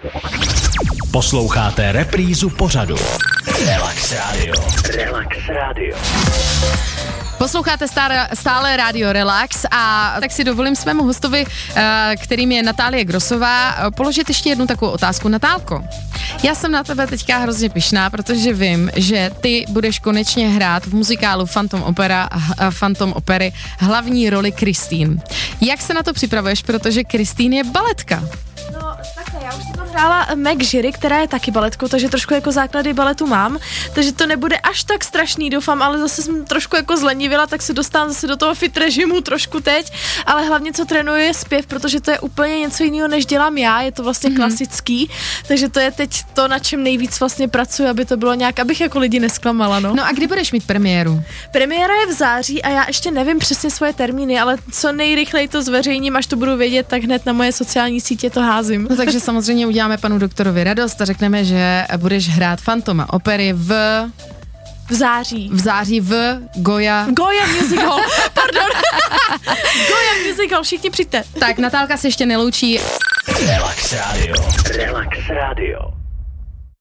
Posloucháte reprízu pořadu Relax Radio. Relax Radio. Posloucháte stále rádio Relax a tak si dovolím svému hostovi, kterým je Natálie Grossová, položit ještě jednu takovou otázku. Natálko, já jsem na tebe teďka hrozně pyšná, protože vím, že ty budeš konečně hrát v muzikálu Phantom Opery hlavní roli Christine. Jak se na to připravuješ, protože Christine je baletka? No, takhle, já už jsem tam hrála Meg Jury, která je taky baletkou, takže trošku jako základy baletu mám, takže to nebude až tak strašný, doufám, ale zase jsem trošku jako zlenivila, tak se dostávám zase do toho fit režimu trošku teď, ale hlavně co trénuju je zpěv, protože to je úplně něco jiného, než dělám já, je to vlastně klasický, takže to je teď to, na čem nejvíc vlastně pracuji, aby to bylo nějak, abych jako lidi nesklamala, no. No a kdy budeš mít premiéru? Premiéra je v září a já ještě nevím přesně svoje termíny, ale co nejrychleji to zveřejním, až to budu vědět, tak hned na moje sociální sítě to házím. No takže samozřejmě uděláme panu doktorovi radost a řekneme, že budeš hrát Phantoma Opery v září v Goya Music Hall, pardon. Goya Music Hall, všichni přijďte. Tak Natálka se ještě neloučí. Relax Radio. Relax Radio.